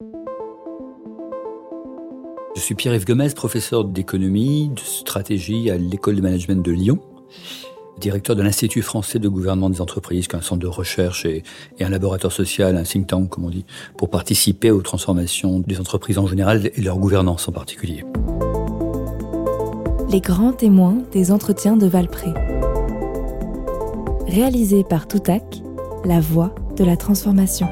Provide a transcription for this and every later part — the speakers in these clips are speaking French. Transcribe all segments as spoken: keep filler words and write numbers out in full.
Je suis Pierre-Yves Gomez, professeur d'économie, de stratégie à l'École de management de Lyon, directeur de l'Institut français de gouvernement des entreprises, qui est un centre de recherche et, et un laboratoire social, un think tank, comme on dit, pour participer aux transformations des entreprises en général et leur gouvernance en particulier. Les grands témoins des entretiens de Valpré. Réalisé par Toutac, la voix de la transformation.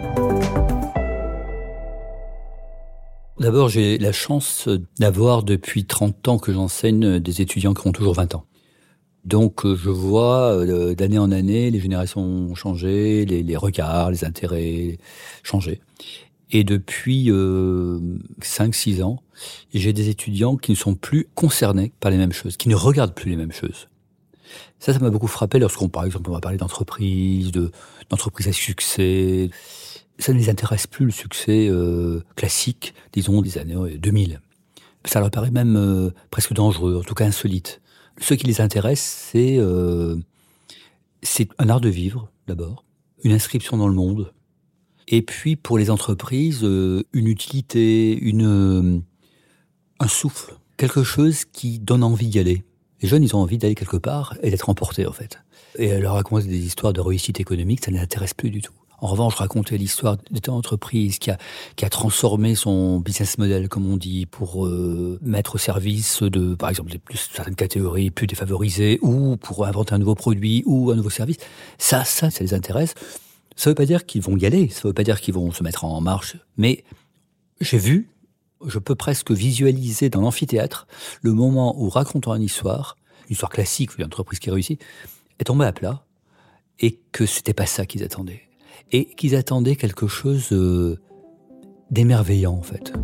D'abord, j'ai la chance d'avoir depuis trente ans que j'enseigne des étudiants qui ont toujours vingt ans. Donc, je vois euh, d'année en année, les générations ont changé, les, les regards, les intérêts changé. Et depuis euh, cinq six ans, j'ai des étudiants qui ne sont plus concernés par les mêmes choses, qui ne regardent plus les mêmes choses. Ça, ça m'a beaucoup frappé lorsqu'on, par exemple, on va parler d'entreprise, de, d'entreprise à succès. Ça ne les intéresse plus, le succès euh, classique, disons, des années deux mille. Ça leur paraît même euh, presque dangereux, en tout cas insolite. Ce qui les intéresse, c'est, euh, c'est un art de vivre, d'abord, une inscription dans le monde, et puis pour les entreprises, euh, une utilité, une, euh, un souffle, quelque chose qui donne envie d'y aller. Les jeunes, ils ont envie d'aller quelque part et d'être emportés, en fait. Et leur raconter des histoires de réussite économique, ça ne les intéresse plus du tout. En revanche, raconter l'histoire d'une entreprise qui a, qui a transformé son business model, comme on dit, pour euh, mettre au service de, par exemple, des plus, certaines catégories plus défavorisées, ou pour inventer un nouveau produit, ou un nouveau service, ça, ça, ça les intéresse. Ça ne veut pas dire qu'ils vont y aller, ça ne veut pas dire qu'ils vont se mettre en marche, mais j'ai vu, je peux presque visualiser dans l'amphithéâtre le moment où, racontant une histoire, une histoire classique d'une entreprise qui réussit, est tombée à plat, et que c'était pas ça qu'ils attendaient. Et qu'ils attendaient quelque chose euh, d'émerveillant, en fait.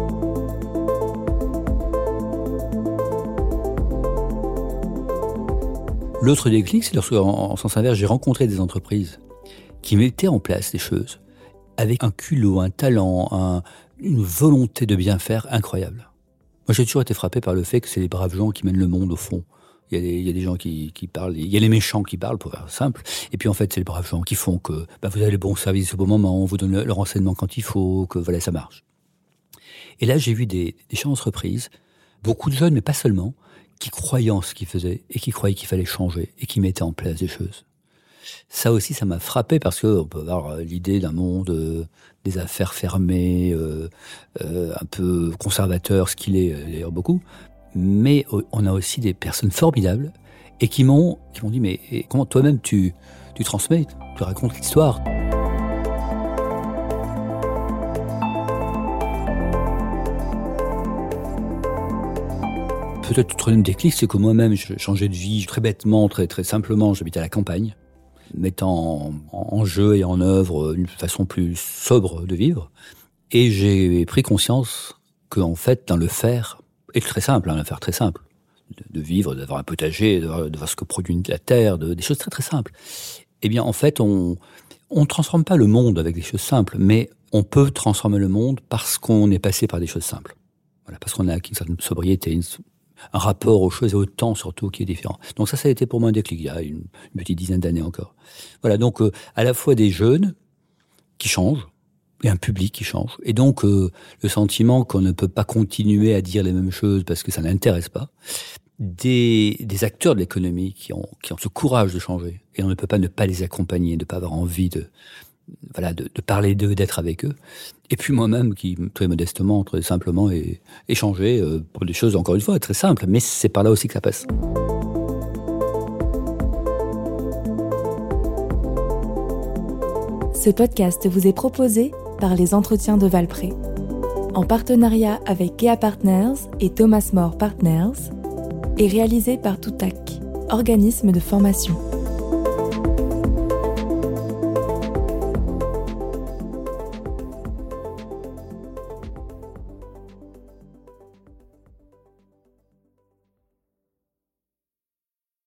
L'autre déclic, c'est lorsque, en, en sens inverse, j'ai rencontré des entreprises qui mettaient en place des choses avec un culot, un talent, un, une volonté de bien faire incroyable. Moi, j'ai toujours été frappé par le fait que c'est les braves gens qui mènent le monde, au fond. Il y a des, il y a des gens qui, qui parlent, il y a les méchants qui parlent, pour faire simple. Et puis en fait, c'est les braves gens qui font que bah, vous avez le bon service au bon moment, on vous donne le, le renseignement quand il faut, que voilà, ça marche. Et là, j'ai vu des, des chefs d'entreprise, beaucoup de jeunes, mais pas seulement, qui croyaient en ce qu'ils faisaient et qui croyaient qu'il fallait changer et qui mettaient en place des choses. Ça aussi, ça m'a frappé parce que on peut avoir l'idée d'un monde euh, des affaires fermées, euh, euh, un peu conservateur, ce qu'il est d'ailleurs beaucoup. Mais on a aussi des personnes formidables et qui m'ont, qui m'ont dit, mais comment toi-même tu, tu transmets, tu racontes l'histoire. Peut-être le troisième déclic, c'est que moi-même, je changeais de vie très bêtement, très, très simplement. J'habitais à la campagne, mettant en, en jeu et en œuvre une façon plus sobre de vivre. Et j'ai pris conscience qu'en fait, dans le faire, et très simple, hein, une affaire très simple, de, de vivre, d'avoir un potager, de voir, de voir ce que produit la terre, de, des choses très très simples. Eh bien, en fait, on on transforme pas le monde avec des choses simples, mais on peut transformer le monde parce qu'on est passé par des choses simples. Voilà, parce qu'on a acquis une certaine sobriété, une, un rapport aux choses et au temps surtout qui est différent. Donc ça, ça a été pour moi un déclic, il y a une, une petite dizaine d'années encore. Voilà, donc euh, à la fois des jeunes qui changent, et un public qui change. Et donc, euh, le sentiment qu'on ne peut pas continuer à dire les mêmes choses parce que ça n'intéresse pas. Des, des acteurs de l'économie qui ont, qui ont ce courage de changer. Et on ne peut pas ne pas les accompagner, ne pas avoir envie de, voilà, de, de parler d'eux, d'être avec eux. Et puis moi-même, qui, très modestement, très simplement, et échanger euh, pour des choses, encore une fois, très simples. Mais c'est par là aussi que ça passe. Ce podcast vous est proposé par les Entretiens de Valpré, en partenariat avec Kea Partners et Thomas More Partners, et réalisé par Toutac, organisme de formation.